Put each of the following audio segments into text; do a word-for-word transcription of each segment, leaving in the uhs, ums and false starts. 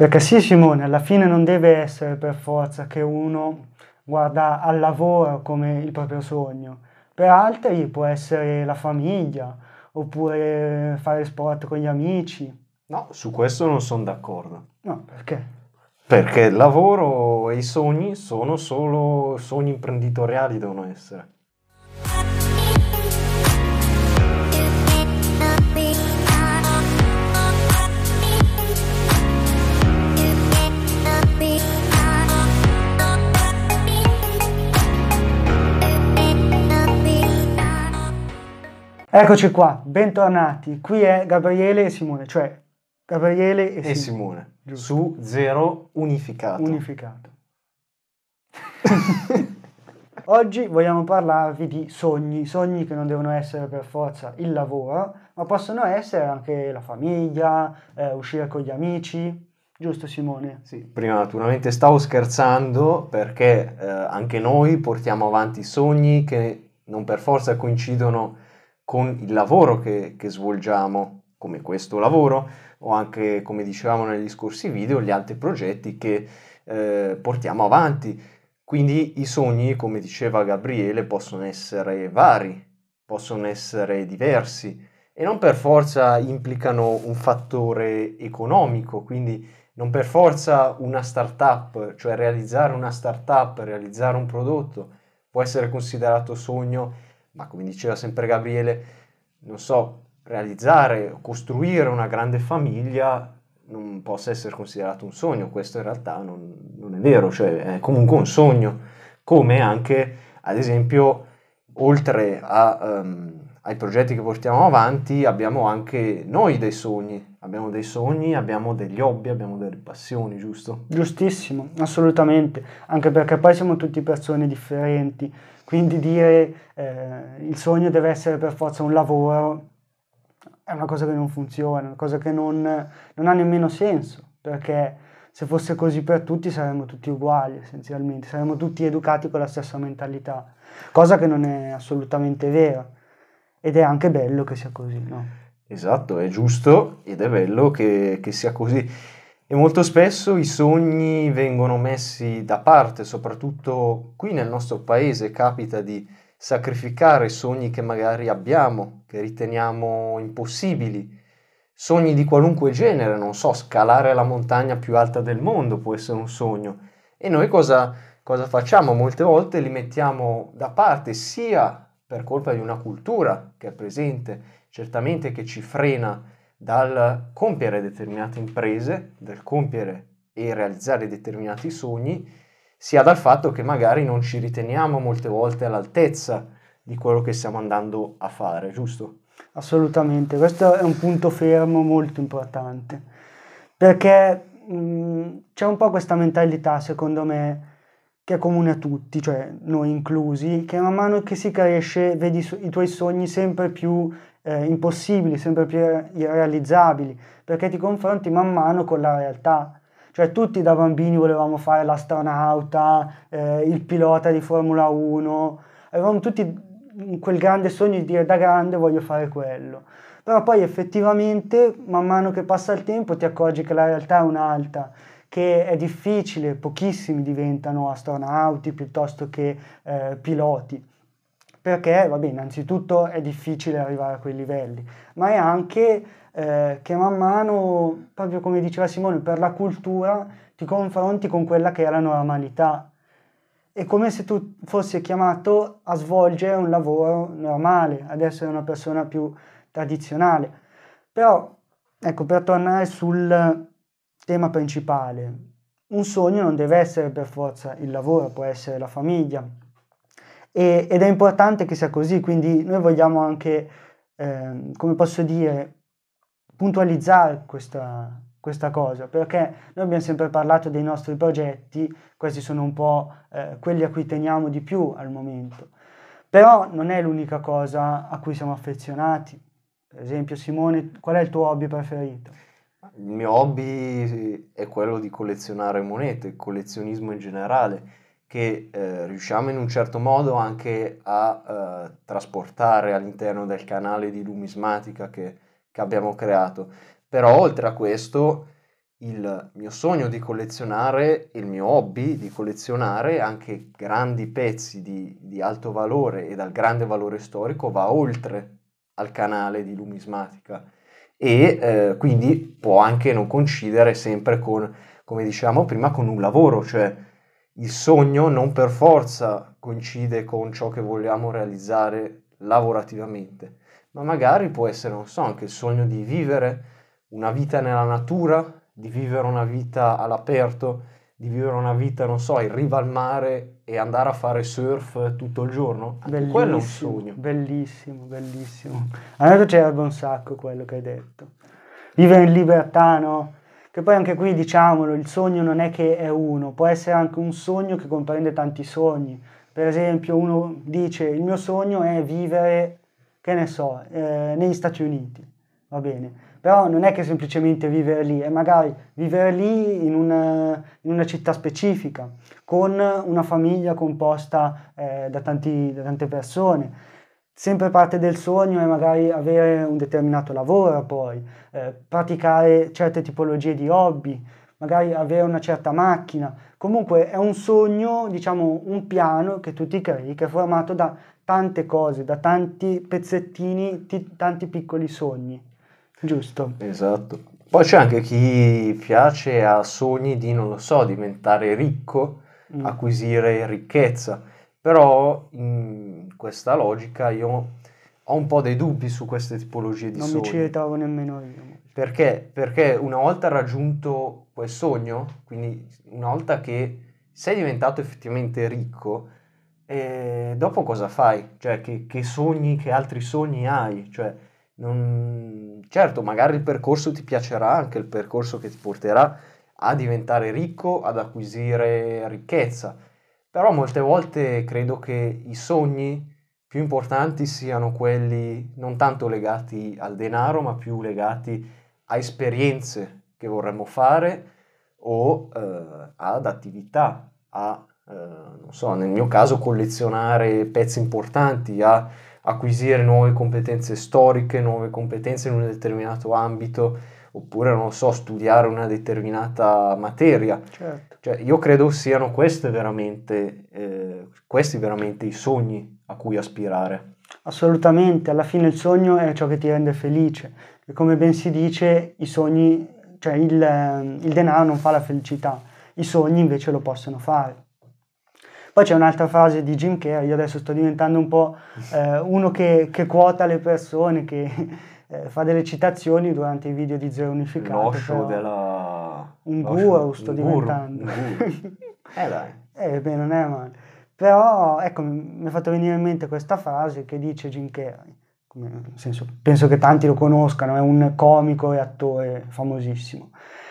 Perché sì, Simone, alla fine non deve essere per forza che uno guarda al lavoro come il proprio sogno. Per altri può essere la famiglia, oppure fare sport con gli amici. No, su questo non sono d'accordo. No, perché? Perché il lavoro e i sogni sono solo sogni imprenditoriali, devono essere. Eccoci qua, bentornati. Qui è Gabriele e Simone, cioè Gabriele e E Simone, Simone, giusto, su zero unificato. unificato. Oggi vogliamo parlarvi di sogni, sogni che non devono essere per forza il lavoro, ma possono essere anche la famiglia, eh, uscire con gli amici, giusto Simone? Sì, prima naturalmente stavo scherzando perché eh, anche noi portiamo avanti sogni che non per forza coincidono con il lavoro che, che svolgiamo, come questo lavoro, o anche, come dicevamo negli scorsi video, gli altri progetti che eh, portiamo avanti. Quindi i sogni, come diceva Gabriele, possono essere vari, possono essere diversi e non per forza implicano un fattore economico, quindi non per forza una startup, cioè realizzare una startup, realizzare un prodotto, può essere considerato sogno, ma come diceva sempre Gabriele, non so, realizzare, costruire una grande famiglia non possa essere considerato un sogno, questo in realtà non, non è vero, cioè è comunque un sogno, come anche, ad esempio, oltre a, um, ai progetti che portiamo avanti, abbiamo anche noi dei sogni, abbiamo dei sogni, abbiamo degli hobby, abbiamo delle passioni, giusto? Giustissimo, assolutamente, anche perché poi siamo tutti persone differenti, quindi dire eh, il sogno deve essere per forza un lavoro è una cosa che non funziona, una cosa che non, non ha nemmeno senso, perché se fosse così per tutti saremmo tutti uguali essenzialmente, saremmo tutti educati con la stessa mentalità, cosa che non è assolutamente vera ed è anche bello che sia così, no? Esatto, è giusto ed è bello che, che sia così. E molto spesso i sogni vengono messi da parte, soprattutto qui nel nostro paese capita di sacrificare sogni che magari abbiamo, che riteniamo impossibili, sogni di qualunque genere, non so, scalare la montagna più alta del mondo può essere un sogno. E noi cosa, cosa facciamo? Molte volte li mettiamo da parte sia per colpa di una cultura che è presente, certamente che ci frena dal compiere determinate imprese, dal compiere e realizzare determinati sogni, sia dal fatto che magari non ci riteniamo molte volte all'altezza di quello che stiamo andando a fare, giusto? Assolutamente, questo è un punto fermo molto importante, perché mh, c'è un po' questa mentalità, secondo me, che è comune a tutti, cioè noi inclusi, che man mano che si cresce vedi i su- i tuoi sogni sempre più eh, impossibili, sempre più irre- irrealizzabili, perché ti confronti man mano con la realtà. Cioè tutti da bambini volevamo fare l'astronauta, eh, il pilota di Formula uno, avevamo tutti quel grande sogno di dire da grande voglio fare quello. Però poi effettivamente, man mano che passa il tempo, ti accorgi che la realtà è un'altra, che è difficile, pochissimi diventano astronauti piuttosto che eh, piloti. Perché, vabbè, innanzitutto è difficile arrivare a quei livelli, ma è anche eh, che man mano, proprio come diceva Simone, per la cultura ti confronti con quella che è la normalità. È come se tu fossi chiamato a svolgere un lavoro normale, ad essere una persona più tradizionale. Però, ecco, per tornare sul tema principale, un sogno non deve essere per forza il lavoro, può essere la famiglia. E- ed è importante che sia così, quindi noi vogliamo anche, ehm, come posso dire, puntualizzare questa, questa cosa, perché noi abbiamo sempre parlato dei nostri progetti, questi sono un po' eh, quelli a cui teniamo di più al momento, però non è l'unica cosa a cui siamo affezionati. Per esempio, Simone, qual è il tuo hobby preferito? Il mio hobby è quello di collezionare monete, il collezionismo in generale, che eh, riusciamo in un certo modo anche a eh, trasportare all'interno del canale di numismatica che, che abbiamo creato. Però oltre a questo, il mio sogno di collezionare, il mio hobby di collezionare anche grandi pezzi di, di alto valore e dal grande valore storico va oltre al canale di numismatica e eh, quindi può anche non coincidere sempre con, come dicevamo prima, con un lavoro, cioè il sogno non per forza coincide con ciò che vogliamo realizzare lavorativamente, ma magari può essere, non so, anche il sogno di vivere una vita nella natura, di vivere una vita all'aperto, di vivere una vita, non so, in riva al mare e andare a fare surf tutto il giorno. Anche quello è un Bellissimo, sogno. bellissimo, bellissimo. A me piacerebbe un sacco quello che hai detto. Vivere in libertà, no? Che poi anche qui, diciamolo, il sogno non è che è uno, può essere anche un sogno che comprende tanti sogni. Per esempio, uno dice, il mio sogno è vivere, che ne so, eh, negli Stati Uniti, va bene. Però non è che semplicemente vivere lì, è magari vivere lì in una, in una città specifica, con una famiglia composta eh, da, tanti, da tante persone. Sempre parte del sogno è magari avere un determinato lavoro poi, eh, praticare certe tipologie di hobby, magari avere una certa macchina. Comunque è un sogno, diciamo un piano che tu ti crei, che è formato da tante cose, da tanti pezzettini, ti- tanti piccoli sogni. Giusto? Esatto. Poi c'è anche chi piace ha sogni di, non lo so, diventare ricco, Mm. acquisire ricchezza, però in questa logica io ho un po' dei dubbi su queste tipologie di Non mi ci sogni. ritrovo nemmeno io. Perché? Perché una volta raggiunto quel sogno, quindi una volta che sei diventato effettivamente ricco, eh, dopo cosa fai? Cioè, che, che sogni, che altri sogni hai? Cioè, non... Certo, magari il percorso ti piacerà, anche il percorso che ti porterà a diventare ricco, ad acquisire ricchezza, però molte volte credo che i sogni più importanti siano quelli non tanto legati al denaro, ma più legati a esperienze che vorremmo fare o eh, ad attività, a, eh, non so, nel mio caso collezionare pezzi importanti, a acquisire nuove competenze storiche, nuove competenze in un determinato ambito, oppure, non so, studiare una determinata materia. Certo. Cioè, io credo siano queste veramente, eh, questi veramente i sogni a cui aspirare. Assolutamente, alla fine il sogno è ciò che ti rende felice e come ben si dice, i sogni, cioè il, eh, il denaro non fa la felicità, i sogni invece lo possono fare. Poi c'è un'altra frase di Jim Carrey, io adesso sto diventando un po' eh, uno che, che quota le persone, che eh, fa delle citazioni durante i video di Zero Unificato. L'osho però della... Un l'osho- guru sto un guru, diventando. un guru. Eh dai. Eh beh, non è male. Però ecco, mi mi è fatto venire in mente questa frase che dice Jim Carrey. Come- nel senso, penso che tanti lo conoscano, è un comico e attore famosissimo.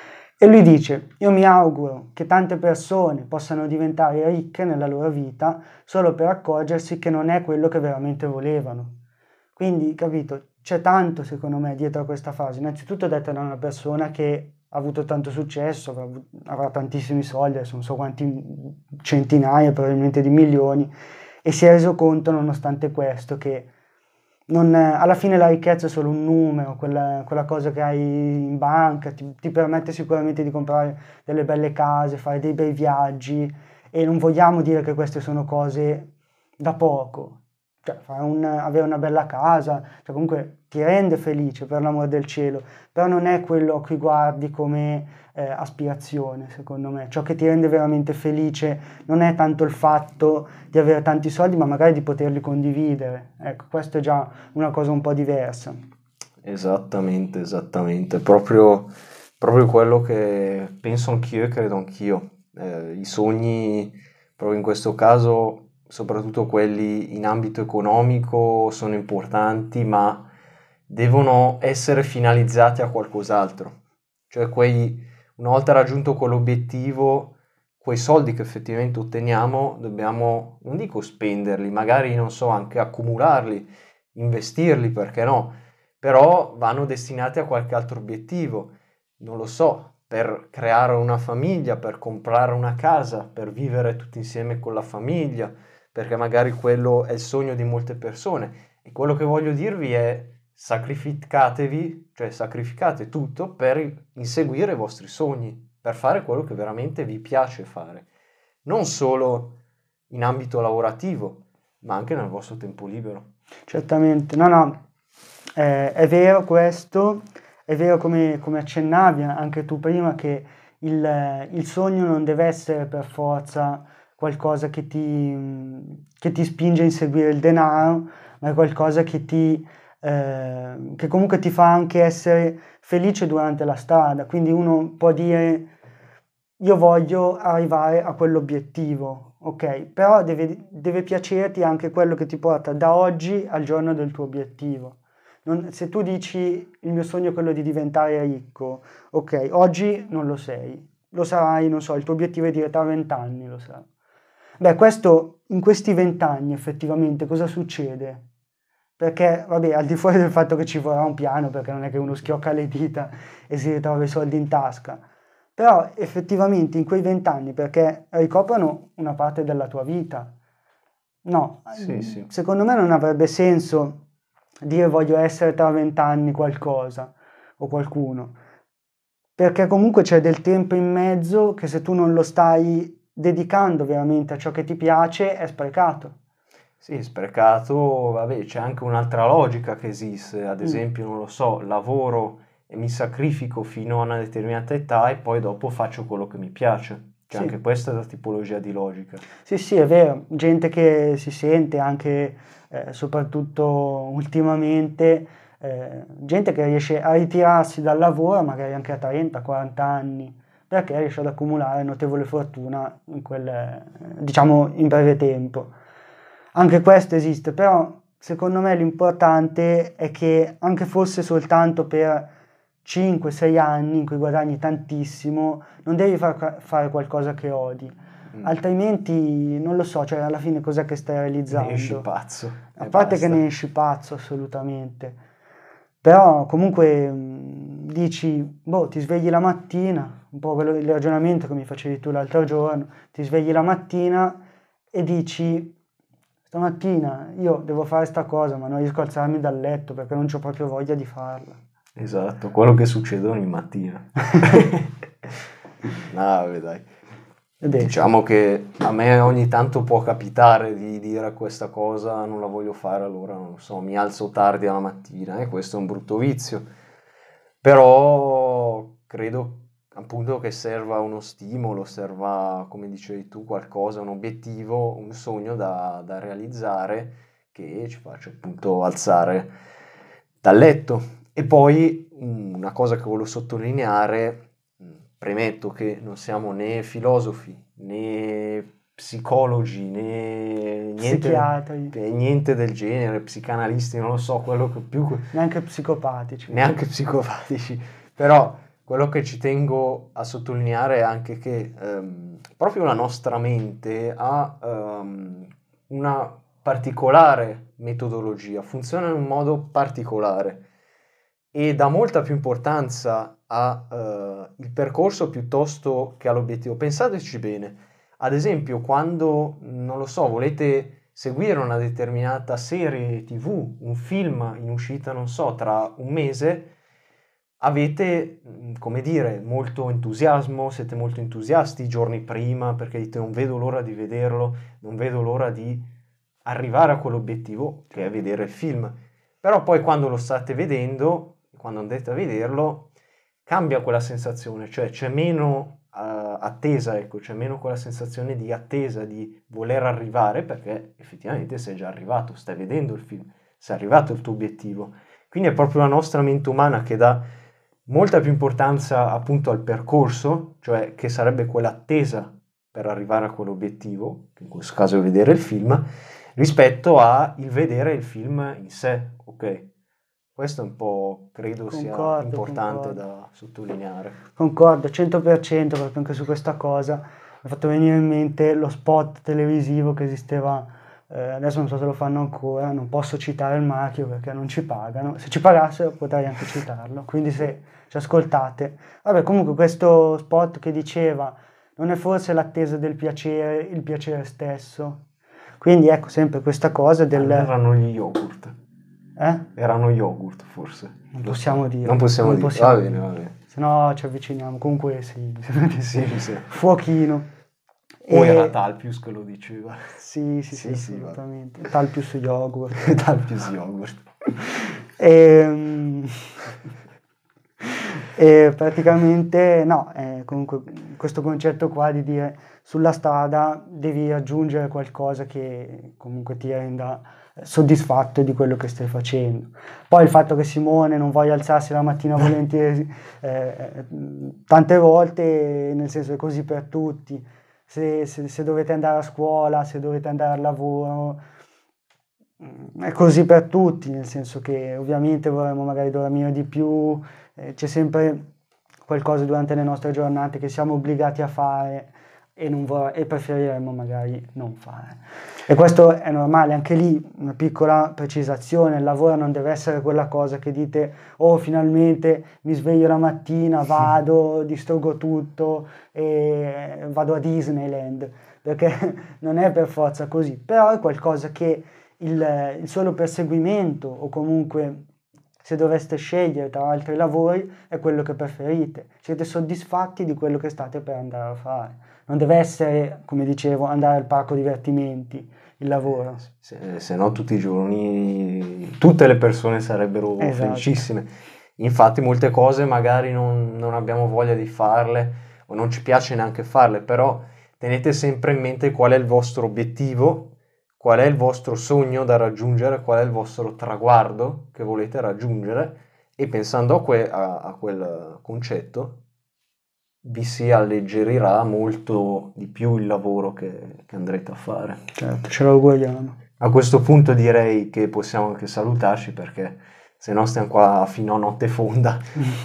E lui dice, io mi auguro che tante persone possano diventare ricche nella loro vita solo per accorgersi che non è quello che veramente volevano. Quindi, capito, c'è tanto secondo me dietro a questa frase. Innanzitutto detta da una persona che ha avuto tanto successo, avrà, avuto- avrà tantissimi soldi, adesso non so quanti centinaia probabilmente di milioni, e si è reso conto nonostante questo che non- alla fine la ricchezza è solo un numero, quella, quella cosa che hai in banca, ti, ti permette sicuramente di comprare delle belle case, fare dei bei viaggi e non vogliamo dire che queste sono cose da poco. Cioè, fare un- avere una bella casa, cioè comunque ti rende felice per l'amor del cielo, però non è quello a cui guardi come eh, aspirazione, secondo me. Ciò che ti rende veramente felice non è tanto il fatto di avere tanti soldi, ma magari di poterli condividere. Ecco, questo è già una cosa un po' diversa. Esattamente, esattamente, proprio, proprio quello che penso anch'io e credo anch'io. Eh, i sogni, proprio in questo caso, soprattutto quelli in ambito economico, sono importanti, ma devono essere finalizzati a qualcos'altro. Cioè, quei, una volta raggiunto quell'obiettivo, quei soldi che effettivamente otteniamo, dobbiamo, non dico spenderli, magari, non so, anche accumularli, investirli, perché no? Però vanno destinati a qualche altro obiettivo, non lo so, per creare una famiglia, per comprare una casa, per vivere tutti insieme con la famiglia, perché magari quello è il sogno di molte persone. E quello che voglio dirvi è, sacrificatevi, cioè sacrificate tutto per inseguire i vostri sogni, per fare quello che veramente vi piace fare, non solo in ambito lavorativo, ma anche nel vostro tempo libero. Certamente, no, no, eh, è vero questo, è vero come, come accennavi anche tu prima che il, il sogno non deve essere per forza qualcosa che ti, che ti spinge a inseguire il denaro, ma è qualcosa che ti, eh, che comunque ti fa anche essere felice durante la strada. Quindi uno può dire io voglio arrivare a quell'obiettivo, ok? Però deve, deve piacerti anche quello che ti porta da oggi al giorno del tuo obiettivo. Non- se tu dici il mio sogno è quello di diventare ricco, ok, oggi non lo sei, lo sarai, non so, il tuo obiettivo è diventare venti anni, lo sarai. Beh, questo, in questi vent'anni effettivamente cosa succede? Perché, vabbè, al di fuori del fatto che ci vorrà un piano, perché non è che uno schiocca le dita e si ritrova i soldi in tasca, però effettivamente in quei vent'anni, perché ricoprono una parte della tua vita, no, Sì, sì. secondo me non avrebbe senso dire voglio essere tra vent'anni qualcosa o qualcuno, perché comunque c'è del tempo in mezzo che se tu non lo stai dedicando veramente a ciò che ti piace è sprecato. Sì, sprecato, vabbè, c'è anche un'altra logica che esiste, ad Mm. esempio, non lo so, lavoro e mi sacrifico fino a una determinata età e poi dopo faccio quello che mi piace. Cioè Sì. anche questa è la tipologia di logica. Sì, sì, è vero, gente che si sente anche, eh, soprattutto ultimamente, eh, gente che riesce a ritirarsi dal lavoro magari anche a trenta quaranta anni, perché riesce ad accumulare notevole fortuna in quel, eh, diciamo, in breve tempo. Anche questo esiste, però secondo me l'importante è che anche fosse soltanto per cinque sei anni in cui guadagni tantissimo, non devi far- fare qualcosa che odi. Mm. Altrimenti non lo so, cioè alla fine cos'è che stai Ne esci realizzando? pazzo A e parte che basta. ne esci pazzo assolutamente, però comunque mh, dici, boh, ti svegli la mattina, un po' quello il ragionamento che mi facevi tu l'altro giorno, ti svegli la mattina e dici, stamattina io devo fare sta cosa, ma non riesco a alzarmi dal letto perché non ho proprio voglia di farla. Esatto, quello che succede ogni mattina. No, vabbè, dai. Ed è sì. Diciamo che a me ogni tanto può capitare di dire questa cosa, non la voglio fare, allora non so, mi alzo tardi alla mattina e questo è un brutto vizio. Però credo appunto che serva uno stimolo, serva, come dicevi tu, qualcosa, un obiettivo, un sogno da, da realizzare che ci faccia appunto alzare dal letto. E poi mm, una cosa che volevo sottolineare, mm, premetto che non siamo né filosofi né psicologi né niente, Psichiatri, eh, niente del genere, psicanalisti, non lo so, quello che più neanche psicopatici. neanche psicopatici, però quello che ci tengo a sottolineare è anche che ehm, proprio la nostra mente ha ehm, una particolare metodologia, funziona in un modo particolare e dà molta più importanza al percorso piuttosto che all'obiettivo. Pensateci bene, ad esempio, quando, non lo so, volete seguire una determinata serie T V, un film in uscita, non so, tra un mese, avete, mm, come dire, molto entusiasmo, siete molto entusiasti i giorni prima perché dite non vedo l'ora di vederlo, non vedo l'ora di arrivare a quell'obiettivo che è vedere il film. Però poi quando lo state vedendo, quando andate a vederlo, cambia quella sensazione, cioè c'è meno eh, attesa, ecco, c'è meno quella sensazione di attesa, di voler arrivare, perché effettivamente sei già arrivato, stai vedendo il film, sei arrivato al tuo obiettivo. Quindi è proprio la nostra mente umana che dà molta più importanza appunto al percorso, cioè che sarebbe quell'attesa per arrivare a quell'obiettivo, che in questo caso è vedere il film, rispetto a il vedere il film in sé, ok? Questo è un po', credo sia Concordo, importante concordo. da sottolineare. Concordo, cento per cento proprio anche su questa cosa. Mi ha fatto venire in mente lo spot televisivo che esisteva, eh, adesso non so se lo fanno ancora, non posso citare il marchio perché non ci pagano. Se ci pagassero potrei anche citarlo, quindi se ci ascoltate. Vabbè, comunque questo spot che diceva, non è forse l'attesa del piacere, il piacere stesso? Quindi ecco sempre questa cosa Ah, non del... erano gli yogurt. Eh? Erano yogurt, forse. Non possiamo dire. Non possiamo non dire. possiamo Va bene, va bene. Se no ci avviciniamo. Comunque sì. Sì, sì. Fuochino. O E- era Talpius che lo diceva. Sì, sì, sì, Sì, sì, assolutamente. Talpius yogurt. Talpius yogurt. E, e praticamente no, eh, comunque questo concetto qua di dire sulla strada devi raggiungere qualcosa che comunque ti renda soddisfatto di quello che stai facendo. Poi il fatto che Simone non voglia alzarsi la mattina volentieri eh, tante volte, nel senso è così per tutti. Se, se- se dovete andare a scuola, se dovete andare al lavoro, mm, è così per tutti, nel senso che ovviamente vorremmo magari dormire di più, eh, c'è sempre qualcosa durante le nostre giornate che siamo obbligati a fare e, non vor- e preferiremmo magari non fare. E questo è normale, anche lì una piccola precisazione, il lavoro non deve essere quella cosa che dite, oh finalmente mi sveglio la mattina, vado, distruggo tutto e vado a Disneyland, perché non è per forza così, però è qualcosa che il, il solo perseguimento o comunque se doveste scegliere tra altri lavori è quello che preferite, siete soddisfatti di quello che state per andare a fare. Non deve essere, come dicevo, andare al parco divertimenti, il lavoro. Se, se no tutti i giorni tutte le persone sarebbero Esatto. felicissime. Infatti molte cose magari non, non abbiamo voglia di farle o non ci piace neanche farle, però tenete sempre in mente qual è il vostro obiettivo, qual è il vostro sogno da raggiungere, qual è il vostro traguardo che volete raggiungere e pensando a, que- a- a quel concetto vi si alleggerirà molto di più il lavoro che, che andrete a fare. Certo, ce lo auguriamo. A questo punto direi che possiamo anche salutarci perché se no stiamo qua fino a notte fonda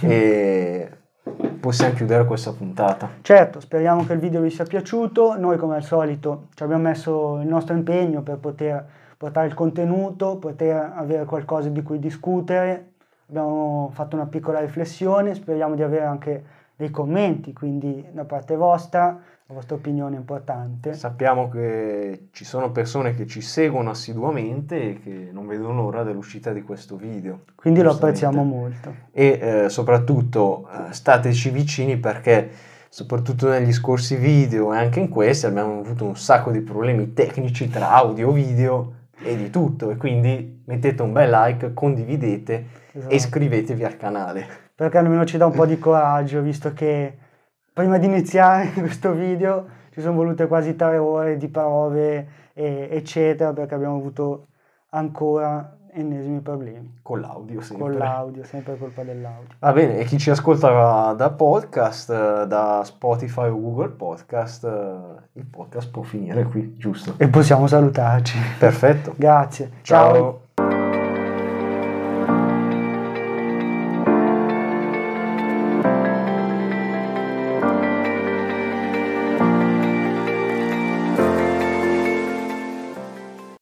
e possiamo chiudere questa puntata. Certo, speriamo che il video vi sia piaciuto. Noi come al solito ci abbiamo messo il nostro impegno per poter portare il contenuto, poter avere qualcosa di cui discutere. Abbiamo fatto una piccola riflessione, speriamo di avere anche dei commenti, quindi da parte vostra, la vostra opinione è importante. Sappiamo che ci sono persone che ci seguono assiduamente e che non vedono l'ora dell'uscita di questo video. Quindi lo giustamente. apprezziamo molto. E eh, soprattutto eh, stateci vicini perché soprattutto negli scorsi video e anche in questi abbiamo avuto un sacco di problemi tecnici tra audio, video e di tutto e quindi mettete un bel like, condividete Esatto. e iscrivetevi al canale. Perché almeno ci dà un po' di coraggio, visto che prima di iniziare questo video ci sono volute quasi tre ore di prove, e, eccetera, perché abbiamo avuto ancora ennesimi problemi. Con l'audio sempre. Con l'audio, sempre colpa dell'audio. Va bene, e chi ci ascolta da podcast, da Spotify o Google Podcast, il podcast può finire qui, giusto? E possiamo salutarci. Perfetto. Grazie. Ciao. Ciao.